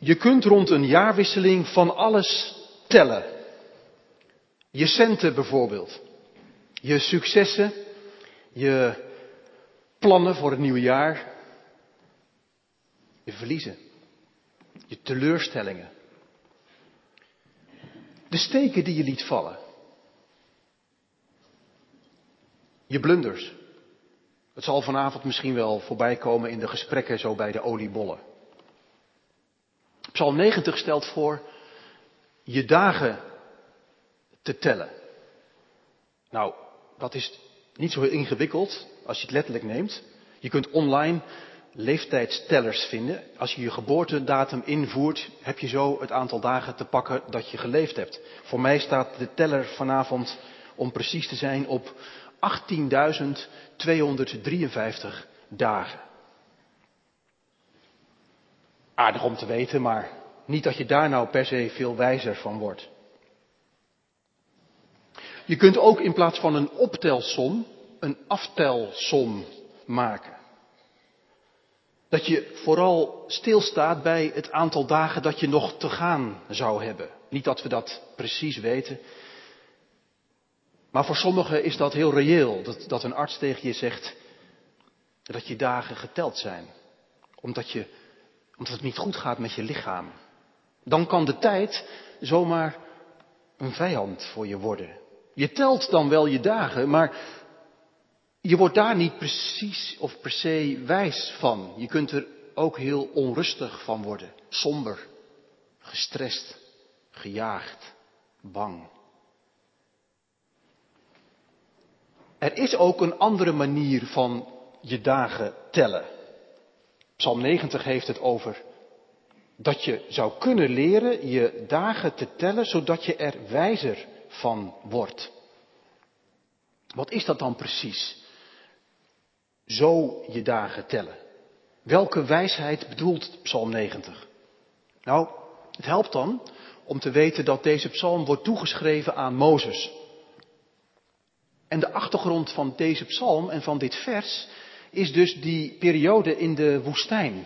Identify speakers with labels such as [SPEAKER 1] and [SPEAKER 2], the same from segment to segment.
[SPEAKER 1] Je kunt rond een jaarwisseling van alles tellen. Je centen bijvoorbeeld. Je successen. Je plannen voor het nieuwe jaar. Je verliezen. Je teleurstellingen. De steken die je liet vallen. Je blunders. Het zal vanavond misschien wel voorbij komen in de gesprekken zo bij de oliebollen. Psalm 90 stelt voor je dagen te tellen. Nou, dat is niet zo heel ingewikkeld als je het letterlijk neemt. Je kunt online leeftijdstellers vinden. Als je je geboortedatum invoert, heb je zo het aantal dagen te pakken dat je geleefd hebt. Voor mij staat de teller vanavond, om precies te zijn, op 18.253 dagen. Aardig om te weten, maar niet dat je daar nou per se veel wijzer van wordt. Je kunt ook in plaats van een optelsom, een aftelsom maken. Dat je vooral stilstaat bij het aantal dagen dat je nog te gaan zou hebben. Niet dat we dat precies weten. Maar voor sommigen is dat heel reëel. Dat een arts tegen je zegt dat je dagen geteld zijn. Omdat het niet goed gaat met je lichaam. Dan kan de tijd zomaar een vijand voor je worden. Je telt dan wel je dagen, maar je wordt daar niet precies of per se wijs van. Je kunt er ook heel onrustig van worden. Somber, gestrest, gejaagd, bang. Er is ook een andere manier van je dagen tellen. Psalm 90 heeft het over dat je zou kunnen leren je dagen te tellen, zodat je er wijzer van wordt. Wat is dat dan precies? Zo je dagen tellen. Welke wijsheid bedoelt Psalm 90? Nou, het helpt dan om te weten dat deze psalm wordt toegeschreven aan Mozes. En de achtergrond van deze psalm en van dit vers is dus die periode in de woestijn.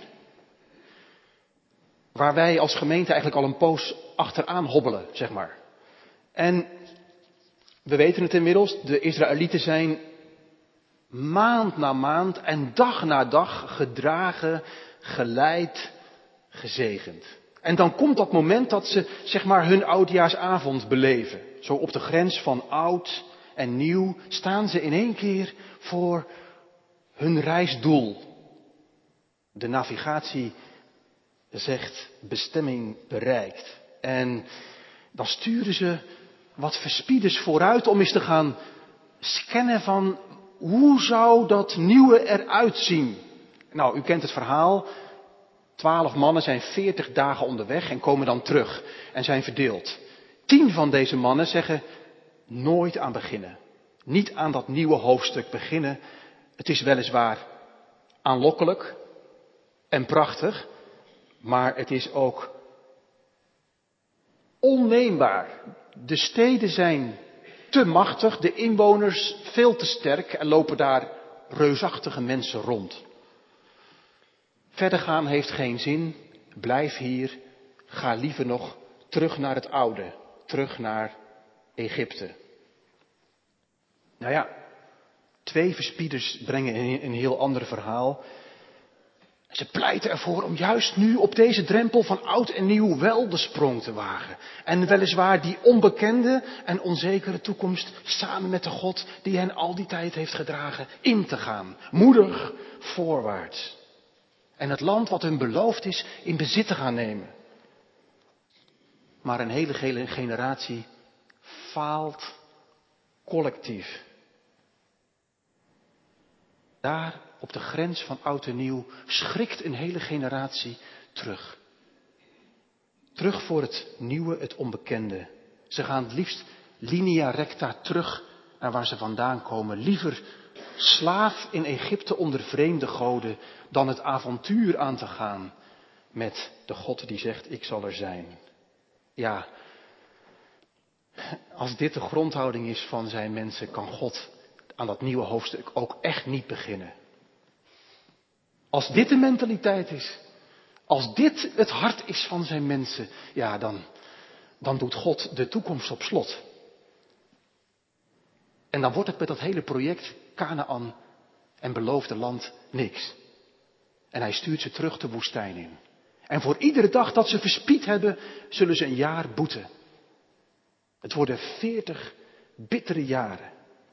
[SPEAKER 1] Waar wij als gemeente eigenlijk al een poos achteraan hobbelen, zeg maar. En we weten het inmiddels, de Israëlieten zijn maand na maand en dag na dag gedragen, geleid, gezegend. En dan komt dat moment dat ze, zeg maar, hun oudjaarsavond beleven. Zo op de grens van oud en nieuw staan ze in één keer voor hun reisdoel. De navigatie zegt bestemming bereikt. En dan sturen ze wat verspieders vooruit om eens te gaan scannen van hoe zou dat nieuwe eruit zien. Nou, u kent het verhaal. 12 mannen zijn 40 dagen onderweg en komen dan terug en zijn verdeeld. 10 van deze mannen zeggen nooit aan beginnen. Niet aan dat nieuwe hoofdstuk beginnen. Het is weliswaar aanlokkelijk en prachtig, maar het is ook onneembaar. De steden zijn te machtig, de inwoners veel te sterk en lopen daar reusachtige mensen rond. Verder gaan heeft geen zin, blijf hier, ga liever nog terug naar het oude, terug naar Egypte. Nou ja, 2 verspieders brengen een heel ander verhaal. Ze pleiten ervoor om juist nu op deze drempel van oud en nieuw wel de sprong te wagen. En weliswaar die onbekende en onzekere toekomst samen met de God die hen al die tijd heeft gedragen in te gaan. Moedig voorwaarts. En het land wat hun beloofd is in bezit te gaan nemen. Maar een hele generatie faalt collectief. Daar op de grens van oud en nieuw schrikt een hele generatie terug. Terug voor het nieuwe, het onbekende. Ze gaan het liefst linea recta terug naar waar ze vandaan komen. Liever slaaf in Egypte onder vreemde goden dan het avontuur aan te gaan met de God die zegt ik zal er zijn. Ja, als dit de grondhouding is van zijn mensen, kan God aan dat nieuwe hoofdstuk ook echt niet beginnen. Als dit de mentaliteit is, Als dit het hart is van zijn mensen, ja, dan doet God de toekomst op slot. En dan wordt het met dat hele project Kanaän en beloofde land niks. En hij stuurt ze terug de woestijn in. En voor iedere dag dat ze verspied hebben, zullen ze een jaar boeten. Het worden 40 bittere jaren.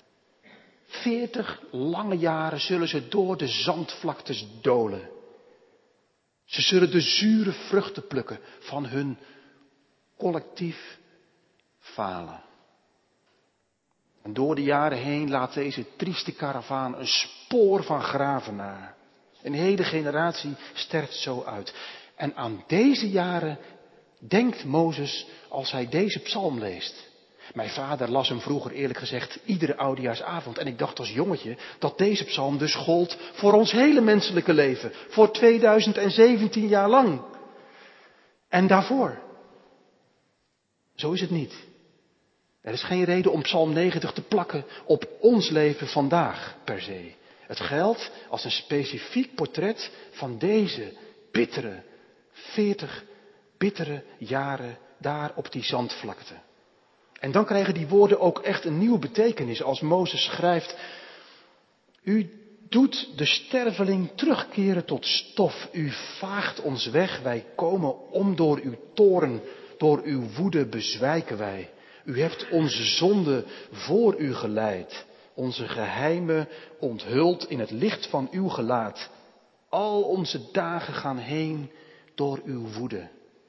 [SPEAKER 1] 40 lange jaren zullen ze door de zandvlaktes dolen. Ze zullen de zure vruchten plukken van hun collectief falen. En door de jaren heen laat deze trieste karavaan een spoor van graven na. Een hele generatie sterft zo uit. En aan deze jaren denkt Mozes als hij deze psalm leest. Mijn vader las hem vroeger eerlijk gezegd iedere oudejaarsavond. En ik dacht als jongetje dat deze psalm dus gold voor ons hele menselijke leven. Voor 2017 jaar lang. En daarvoor. Zo is het niet. Er is geen reden om psalm 90 te plakken op ons leven vandaag per se. Het geldt als een specifiek portret van deze bittere, 40 bittere jaren daar op die zandvlakte. En dan krijgen die woorden ook echt een nieuwe betekenis als Mozes schrijft. U doet de sterveling terugkeren tot stof. U vaagt ons weg. Wij komen om door uw toorn. Door uw woede bezwijken wij. U hebt onze zonde voor u geleid. Onze geheimen onthuld in het licht van uw gelaat. Al onze dagen gaan heen door uw woede.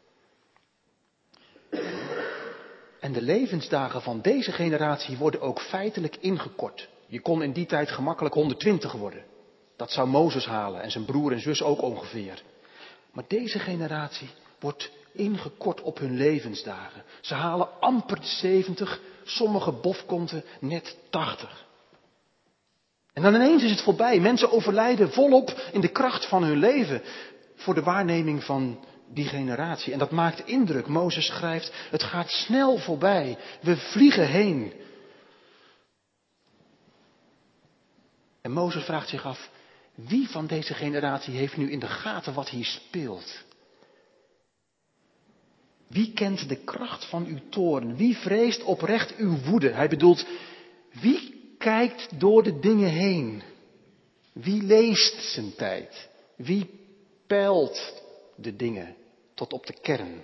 [SPEAKER 1] En de levensdagen van deze generatie worden ook feitelijk ingekort. Je kon in die tijd gemakkelijk 120 worden. Dat zou Mozes halen en zijn broer en zus ook ongeveer. Maar deze generatie wordt ingekort op hun levensdagen. Ze halen amper de 70, sommige bofkonten net 80. En dan ineens is het voorbij. Mensen overlijden volop in de kracht van hun leven voor de waarneming van die generatie. En dat maakt indruk. Mozes schrijft, het gaat snel voorbij. We vliegen heen. En Mozes vraagt zich af, wie van deze generatie heeft nu in de gaten wat hier speelt? Wie kent de kracht van uw toorn? Wie vreest oprecht uw woede? Hij bedoelt, wie kijkt door de dingen heen? Wie leest zijn tijd? Wie peilt de dingen tot op de kern?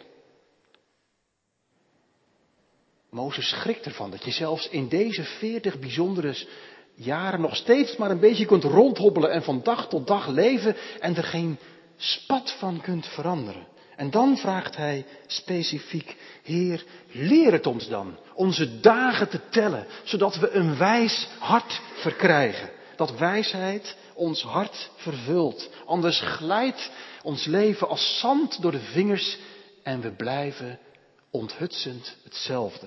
[SPEAKER 1] Mozes schrikt ervan dat je zelfs in deze 40 bijzondere jaren nog steeds maar een beetje kunt rondhobbelen en van dag tot dag leven en er geen spat van kunt veranderen. En dan vraagt hij specifiek, Heer, leer het ons dan, onze dagen te tellen, zodat we een wijs hart verkrijgen. Dat wijsheid ons hart vervult. Anders glijdt ons leven als zand door de vingers en we blijven onthutsend hetzelfde.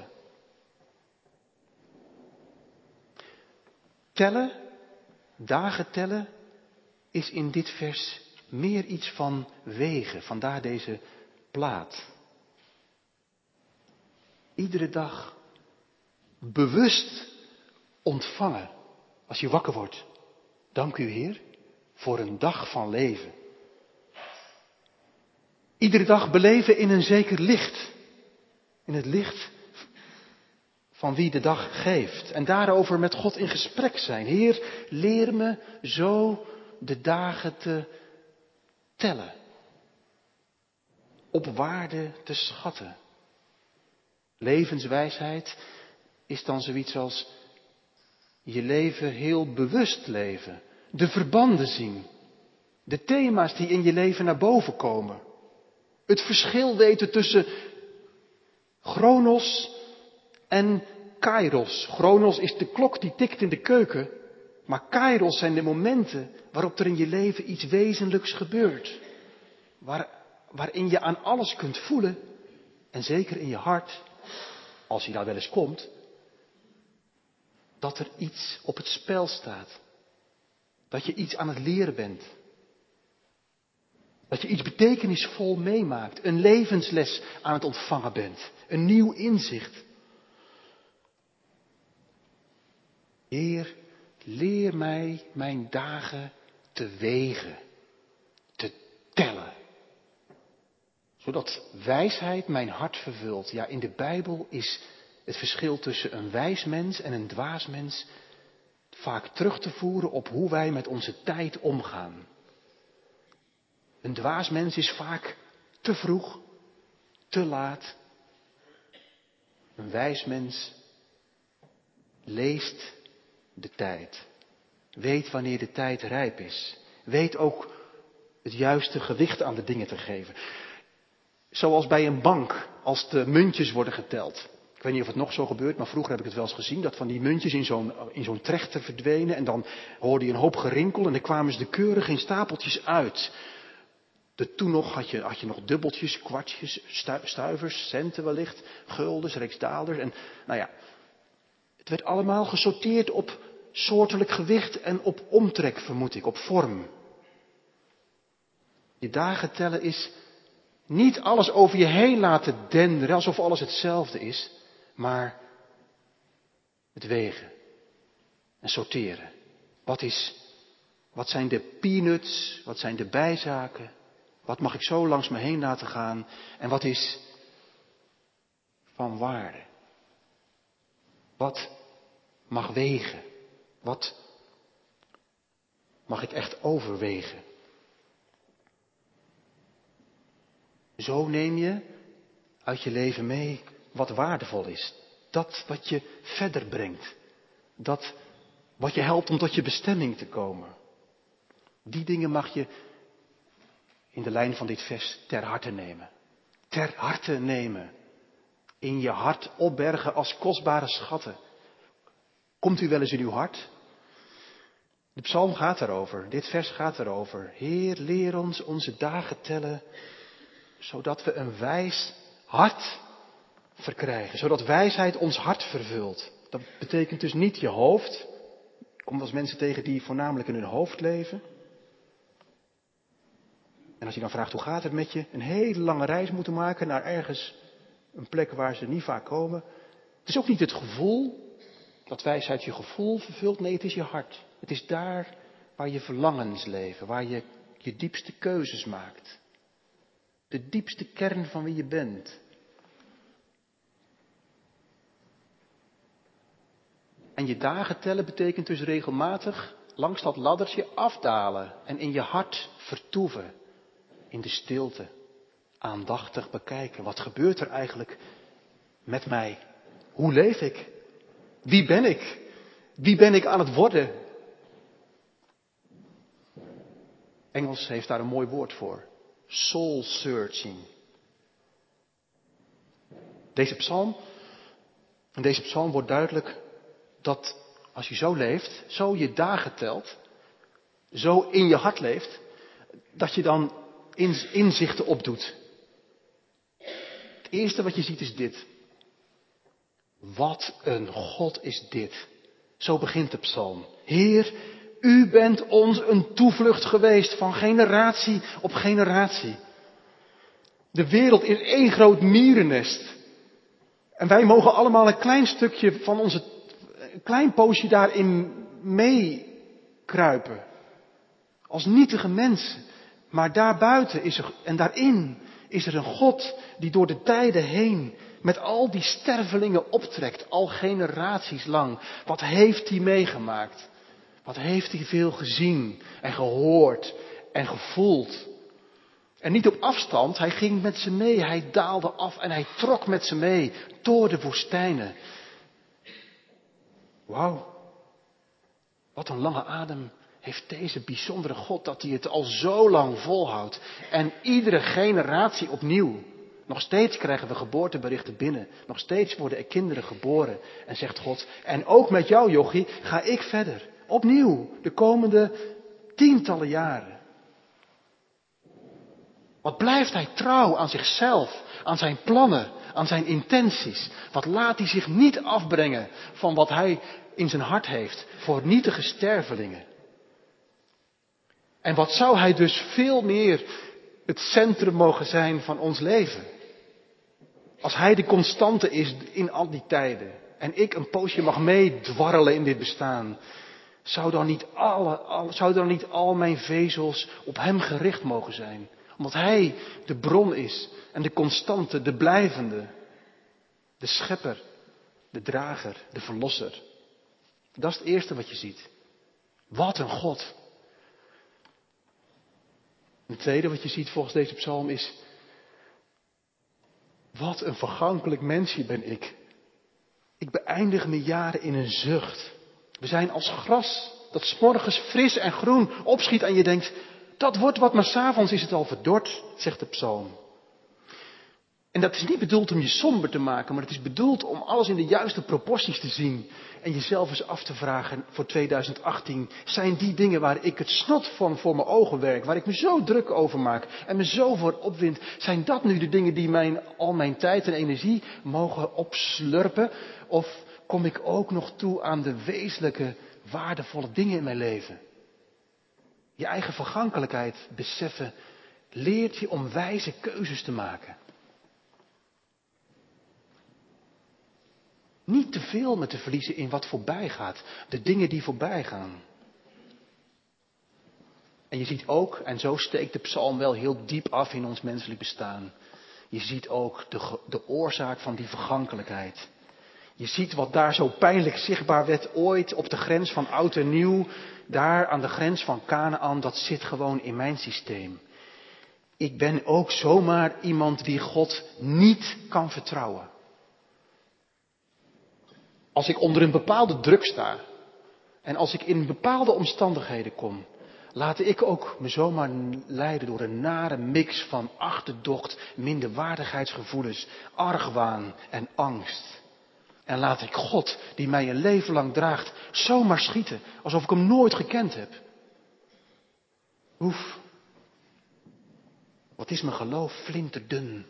[SPEAKER 1] Tellen, dagen tellen, is in dit vers meer iets van wegen, vandaar deze plaat. Iedere dag bewust ontvangen als je wakker wordt. Dank u Heer voor een dag van leven. Iedere dag beleven in een zeker licht. In het licht van wie de dag geeft. En daarover met God in gesprek zijn. Heer, leer me zo de dagen te tellen. Op waarde te schatten. Levenswijsheid is dan zoiets als je leven heel bewust leven. De verbanden zien. De thema's die in je leven naar boven komen. Het verschil weten tussen chronos en kairos. Chronos is de klok die tikt in de keuken. Maar kairos zijn de momenten waarop er in je leven iets wezenlijks gebeurt. Waarin je aan alles kunt voelen. En zeker in je hart, als je daar wel eens komt, dat er iets op het spel staat. Dat je iets aan het leren bent. Dat je iets betekenisvol meemaakt. Een levensles aan het ontvangen bent. Een nieuw inzicht. Heer, leer mij mijn dagen te wegen. Te tellen. Zodat wijsheid mijn hart vervult. Ja, in de Bijbel is het verschil tussen een wijs mens en een dwaas mens vaak terug te voeren op hoe wij met onze tijd omgaan. Een dwaas mens is vaak te vroeg, te laat. Een wijs mens leest de tijd. Weet wanneer de tijd rijp is. Weet ook het juiste gewicht aan de dingen te geven. Zoals bij een bank, als de muntjes worden geteld. Ik weet niet of het nog zo gebeurt, maar vroeger heb ik het wel eens gezien. Dat van die muntjes in zo'n trechter verdwenen. En dan hoorde je een hoop gerinkel en dan kwamen ze er keurig in stapeltjes uit. Toen nog had je nog dubbeltjes, kwartjes, stuivers, centen wellicht, guldens, rijksdaalders. En nou ja, het werd allemaal gesorteerd op soortelijk gewicht en op omtrek, vermoed ik, op vorm. Je dagen tellen is niet alles over je heen laten denderen, alsof alles hetzelfde is, maar het wegen en sorteren. Wat zijn de peanuts, wat zijn de bijzaken, wat mag ik zo langs me heen laten gaan en wat is van waarde? Wat mag wegen? Wat mag ik echt overwegen? Zo neem je uit je leven mee wat waardevol is. Dat wat je verder brengt. Dat wat je helpt om tot je bestemming te komen. Die dingen mag je in de lijn van dit vers ter harte nemen. Ter harte nemen. In je hart opbergen als kostbare schatten. Komt u wel eens in uw hart? De psalm gaat daarover. Dit vers gaat erover. Heer, leer ons onze dagen tellen, zodat we een wijs hart verkrijgen. Zodat wijsheid ons hart vervult. Dat betekent dus niet je hoofd. Ik kom wel eens mensen tegen die voornamelijk in hun hoofd leven. En als je dan vraagt hoe gaat het met je, een hele lange reis moeten maken naar ergens een plek waar ze niet vaak komen. Het is ook niet het gevoel, dat wijsheid je gevoel vervult. Nee, het is je hart. Het is daar waar je verlangens leven, waar je je diepste keuzes maakt. De diepste kern van wie je bent. En je dagen tellen betekent dus regelmatig langs dat laddertje afdalen en in je hart vertoeven. In de stilte. Aandachtig bekijken. Wat gebeurt er eigenlijk met mij? Hoe leef ik? Wie ben ik? Wie ben ik aan het worden? Engels heeft daar een mooi woord voor. Soul searching. In deze psalm wordt duidelijk dat als je zo leeft, zo je dagen telt, zo in je hart leeft, dat je dan inzichten opdoet. Het eerste wat je ziet is dit. Wat een God is dit. Zo begint de psalm. Heer, u bent ons een toevlucht geweest van generatie op generatie. De wereld is één groot mierennest. En wij mogen allemaal een klein stukje van een klein poosje daarin meekruipen. Als nietige mensen. Maar daarbuiten daarin is er een God die door de tijden heen met al die stervelingen optrekt, al generaties lang. Wat heeft hij meegemaakt? Wat heeft hij veel gezien en gehoord en gevoeld? En niet op afstand, hij ging met ze mee, hij daalde af en hij trok met ze mee door de woestijnen. Wauw, wat een lange adem heeft deze bijzondere God, dat hij het al zo lang volhoudt. En iedere generatie opnieuw. Nog steeds krijgen we geboorteberichten binnen. Nog steeds worden er kinderen geboren. En zegt God, en ook met jou jochie ga ik verder. Opnieuw, de komende tientallen jaren. Wat blijft hij trouw aan zichzelf, aan zijn plannen, aan zijn intenties. Wat laat hij zich niet afbrengen van wat hij in zijn hart heeft voor nietige stervelingen. En wat zou hij dus veel meer het centrum mogen zijn van ons leven. Als hij de constante is in al die tijden. En ik een poosje mag meedwarrelen in dit bestaan. Zou dan niet al mijn vezels op hem gericht mogen zijn? Omdat Hij de bron is en de constante, de blijvende. De schepper, de drager, de verlosser. Dat is het eerste wat je ziet. Wat een God. Het tweede wat je ziet volgens deze psalm is: wat een vergankelijk mensje ben ik. Ik beëindig mijn jaren in een zucht. We zijn als gras dat 's morgens fris en groen opschiet en je denkt, dat wordt wat, maar 's avonds is het al verdord, zegt de psalm. En dat is niet bedoeld om je somber te maken, maar het is bedoeld om alles in de juiste proporties te zien. En jezelf eens af te vragen voor 2018, zijn die dingen waar ik het snot van voor mijn ogen werk, waar ik me zo druk over maak en me zo voor opwind, zijn dat nu de dingen die al mijn tijd en energie mogen opslurpen? Of kom ik ook nog toe aan de wezenlijke, waardevolle dingen in mijn leven? Je eigen vergankelijkheid beseffen leert je om wijze keuzes te maken. Niet te veel me te verliezen in wat voorbij gaat. De dingen die voorbij gaan. En je ziet ook, en zo steekt de psalm wel heel diep af in ons menselijk bestaan. Je ziet ook de oorzaak van die vergankelijkheid. Je ziet wat daar zo pijnlijk zichtbaar werd ooit op de grens van oud en nieuw. Daar aan de grens van Kanaän, dat zit gewoon in mijn systeem. Ik ben ook zomaar iemand die God niet kan vertrouwen. Als ik onder een bepaalde druk sta en als ik in bepaalde omstandigheden kom, laat ik ook me zomaar leiden door een nare mix van achterdocht, minderwaardigheidsgevoelens, argwaan en angst. En laat ik God, die mij een leven lang draagt, zomaar schieten, alsof ik hem nooit gekend heb. Oef, wat is mijn geloof flinterdun.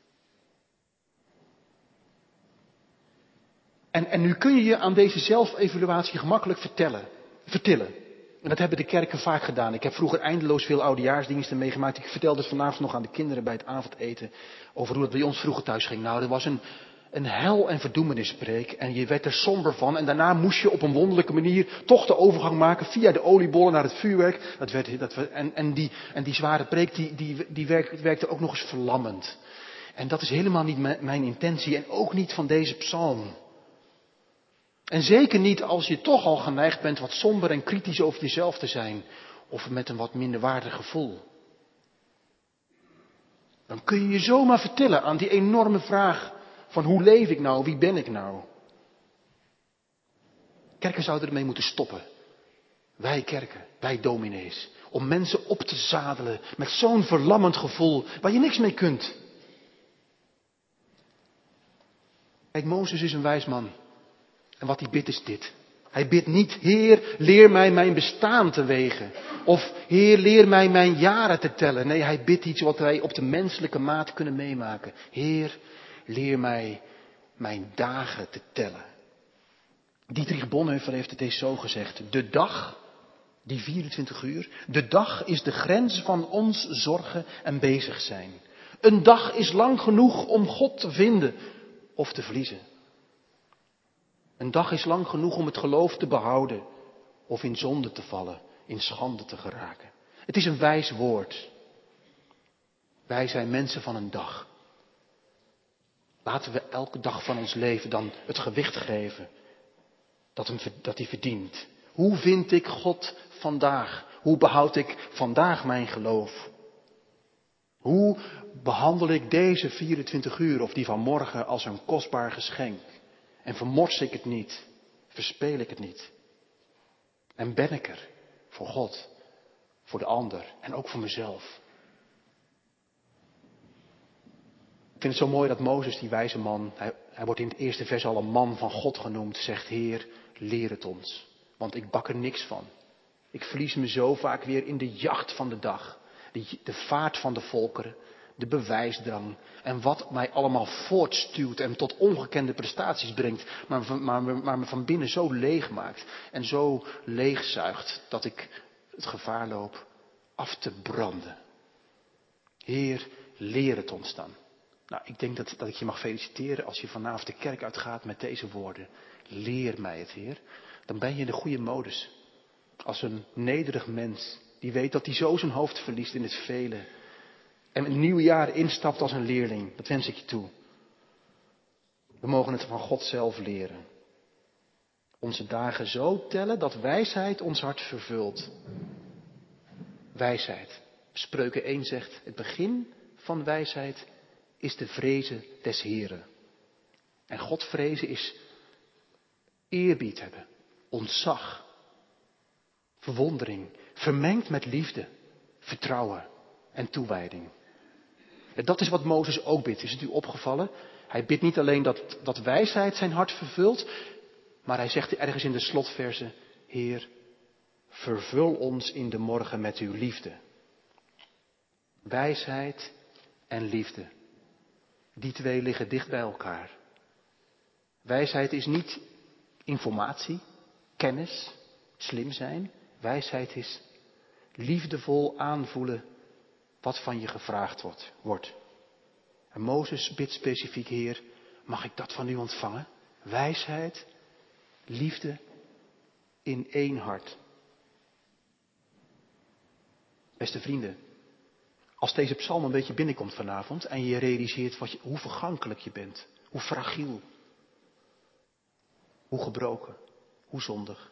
[SPEAKER 1] En nu kun je je aan deze zelfevaluatie gemakkelijk vertillen. En dat hebben de kerken vaak gedaan. Ik heb vroeger eindeloos veel oudejaarsdiensten meegemaakt. Ik vertelde het vanavond nog aan de kinderen bij het avondeten over hoe het bij ons vroeger thuis ging. Nou, dat was een hel- en verdoemenispreek en je werd er somber van. En daarna moest je op een wonderlijke manier toch de overgang maken via de oliebollen naar het vuurwerk. En die zware preek die werkte ook nog eens verlammend. En dat is helemaal niet mijn intentie en ook niet van deze psalm. En zeker niet als je toch al geneigd bent wat somber en kritisch over jezelf te zijn. Of met een wat minderwaardig gevoel. Dan kun je je zomaar vertellen aan die enorme vraag van hoe leef ik nou, wie ben ik nou? Kerken zouden ermee moeten stoppen. Wij kerken, wij dominees. Om mensen op te zadelen met zo'n verlammend gevoel waar je niks mee kunt. Kijk, Mozes is een wijs man. En wat hij bidt is dit. Hij bidt niet, Heer, leer mij mijn bestaan te wegen. Of, Heer, leer mij mijn jaren te tellen. Nee, hij bidt iets wat wij op de menselijke maat kunnen meemaken. Heer, leer mij mijn dagen te tellen. Dietrich Bonhoeffer heeft het eens zo gezegd. De dag, die 24 uur, de dag is de grens van ons zorgen en bezig zijn. Een dag is lang genoeg om God te vinden of te verliezen. Een dag is lang genoeg om het geloof te behouden of in zonde te vallen, in schande te geraken. Het is een wijs woord. Wij zijn mensen van een dag. Laten we elke dag van ons leven dan het gewicht geven dat hij verdient. Hoe vind ik God vandaag? Hoe behoud ik vandaag mijn geloof? Hoe behandel ik deze 24 uur of die van morgen als een kostbaar geschenk? En vermors ik het niet? Verspeel ik het niet? En ben ik er voor God, voor de ander en ook voor mezelf? Ik vind het zo mooi dat Mozes, die wijze man, hij wordt in het eerste vers al een man van God genoemd, zegt: Heer, leer het ons, want ik bak er niks van. Ik verlies me zo vaak weer in de jacht van de dag, de vaart van de volkeren, de bewijsdrang en wat mij allemaal voortstuwt en tot ongekende prestaties brengt, maar me van binnen zo leeg maakt en zo leegzuigt dat ik het gevaar loop af te branden. Heer, leer het ons dan. Nou, ik denk dat ik je mag feliciteren als je vanavond de kerk uitgaat met deze woorden. Leer mij het, Heer. Dan ben je in de goede modus. Als een nederig mens die weet dat hij zo zijn hoofd verliest in het vele. en een nieuw jaar instapt als een leerling. Dat wens ik je toe. We mogen het van God zelf leren. Onze dagen zo tellen dat wijsheid ons hart vervult. Wijsheid. Spreuken 1 zegt, het begin van wijsheid is de vrezen des Heren. En God vrezen is eerbied hebben, ontzag, verwondering, vermengd met liefde, vertrouwen en toewijding. En dat is wat Mozes ook bidt. Is het u opgevallen? Hij bidt niet alleen dat wijsheid zijn hart vervult, maar hij zegt ergens in de slotverse, Heer, vervul ons in de morgen met uw liefde. Wijsheid en liefde. Die twee liggen dicht bij elkaar. Wijsheid is niet informatie, kennis, slim zijn. Wijsheid is liefdevol aanvoelen wat van je gevraagd wordt. En Mozes bidt specifiek, Heer, mag ik dat van u ontvangen? Wijsheid, liefde in één hart. Beste vrienden, als deze psalm een beetje binnenkomt vanavond en je realiseert hoe vergankelijk je bent, hoe fragiel, hoe gebroken, hoe zondig,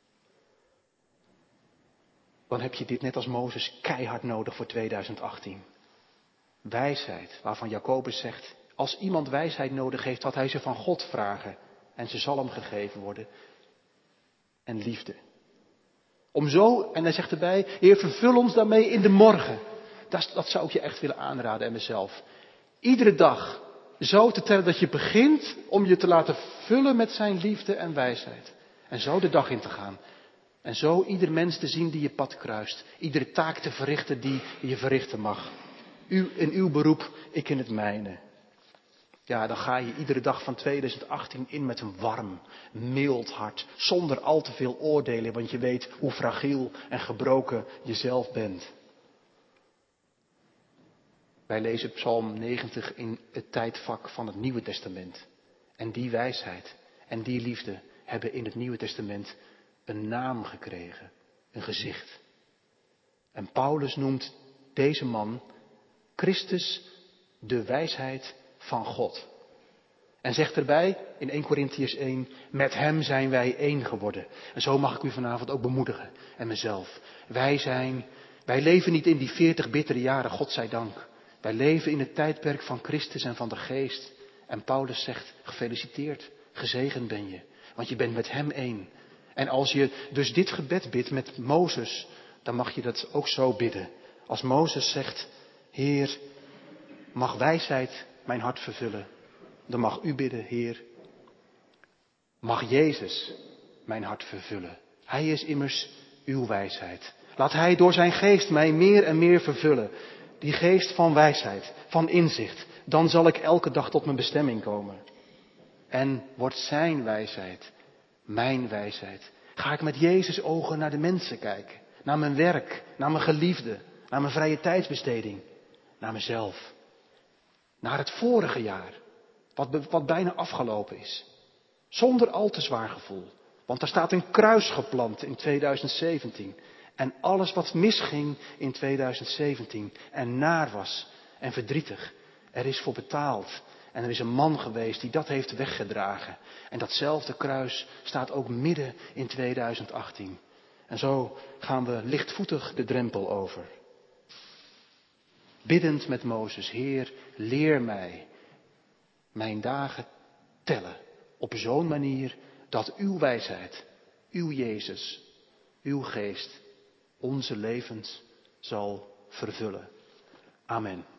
[SPEAKER 1] dan heb je dit net als Mozes keihard nodig voor 2018. Wijsheid, waarvan Jacobus zegt, als iemand wijsheid nodig heeft, dat hij ze van God vragen en ze zal hem gegeven worden. En liefde. Om zo, en hij zegt erbij, Heer, vervul ons daarmee in de morgen. Dat zou ik je echt willen aanraden en mezelf. Iedere dag zo te tellen dat je begint om je te laten vullen met zijn liefde en wijsheid. En zo de dag in te gaan. En zo ieder mens te zien die je pad kruist. Iedere taak te verrichten die je verrichten mag. U in uw beroep, ik in het mijne. Ja, dan ga je iedere dag van 2018 in met een warm, mild hart. Zonder al te veel oordelen, want je weet hoe fragiel en gebroken je zelf bent. Wij lezen Psalm 90 in het tijdvak van het Nieuwe Testament. En die wijsheid en die liefde hebben in het Nieuwe Testament een naam gekregen, een gezicht. En Paulus noemt deze man Christus de wijsheid van God. En zegt erbij in 1 Korintiërs 1, met hem zijn wij één geworden. En zo mag ik u vanavond ook bemoedigen en mezelf. Wij leven niet in die 40 bittere jaren, God zij dank. Wij leven in het tijdperk van Christus en van de Geest. En Paulus zegt, gefeliciteerd, gezegend ben je, want je bent met hem één. En als je dus dit gebed bidt met Mozes, dan mag je dat ook zo bidden. Als Mozes zegt, Heer, mag wijsheid mijn hart vervullen. Dan mag u bidden, Heer, mag Jezus mijn hart vervullen. Hij is immers uw wijsheid. Laat hij door zijn geest mij meer en meer vervullen. Die geest van wijsheid, van inzicht. Dan zal ik elke dag tot mijn bestemming komen. En wordt zijn wijsheid mijn wijsheid. Ga ik met Jezus ogen naar de mensen kijken. Naar mijn werk, naar mijn geliefde, naar mijn vrije tijdsbesteding. Naar mezelf. Naar het vorige jaar. Wat bijna afgelopen is. Zonder al te zwaar gevoel. Want er staat een kruis geplant in 2017. En alles wat misging in 2017 en naar was en verdrietig, er is voor betaald. En er is een man geweest die dat heeft weggedragen. En datzelfde kruis staat ook midden in 2018. En zo gaan we lichtvoetig de drempel over. Biddend met Mozes, Heer, leer mij mijn dagen tellen. Op zo'n manier dat uw wijsheid, uw Jezus, uw geest onze levens zal vervullen. Amen.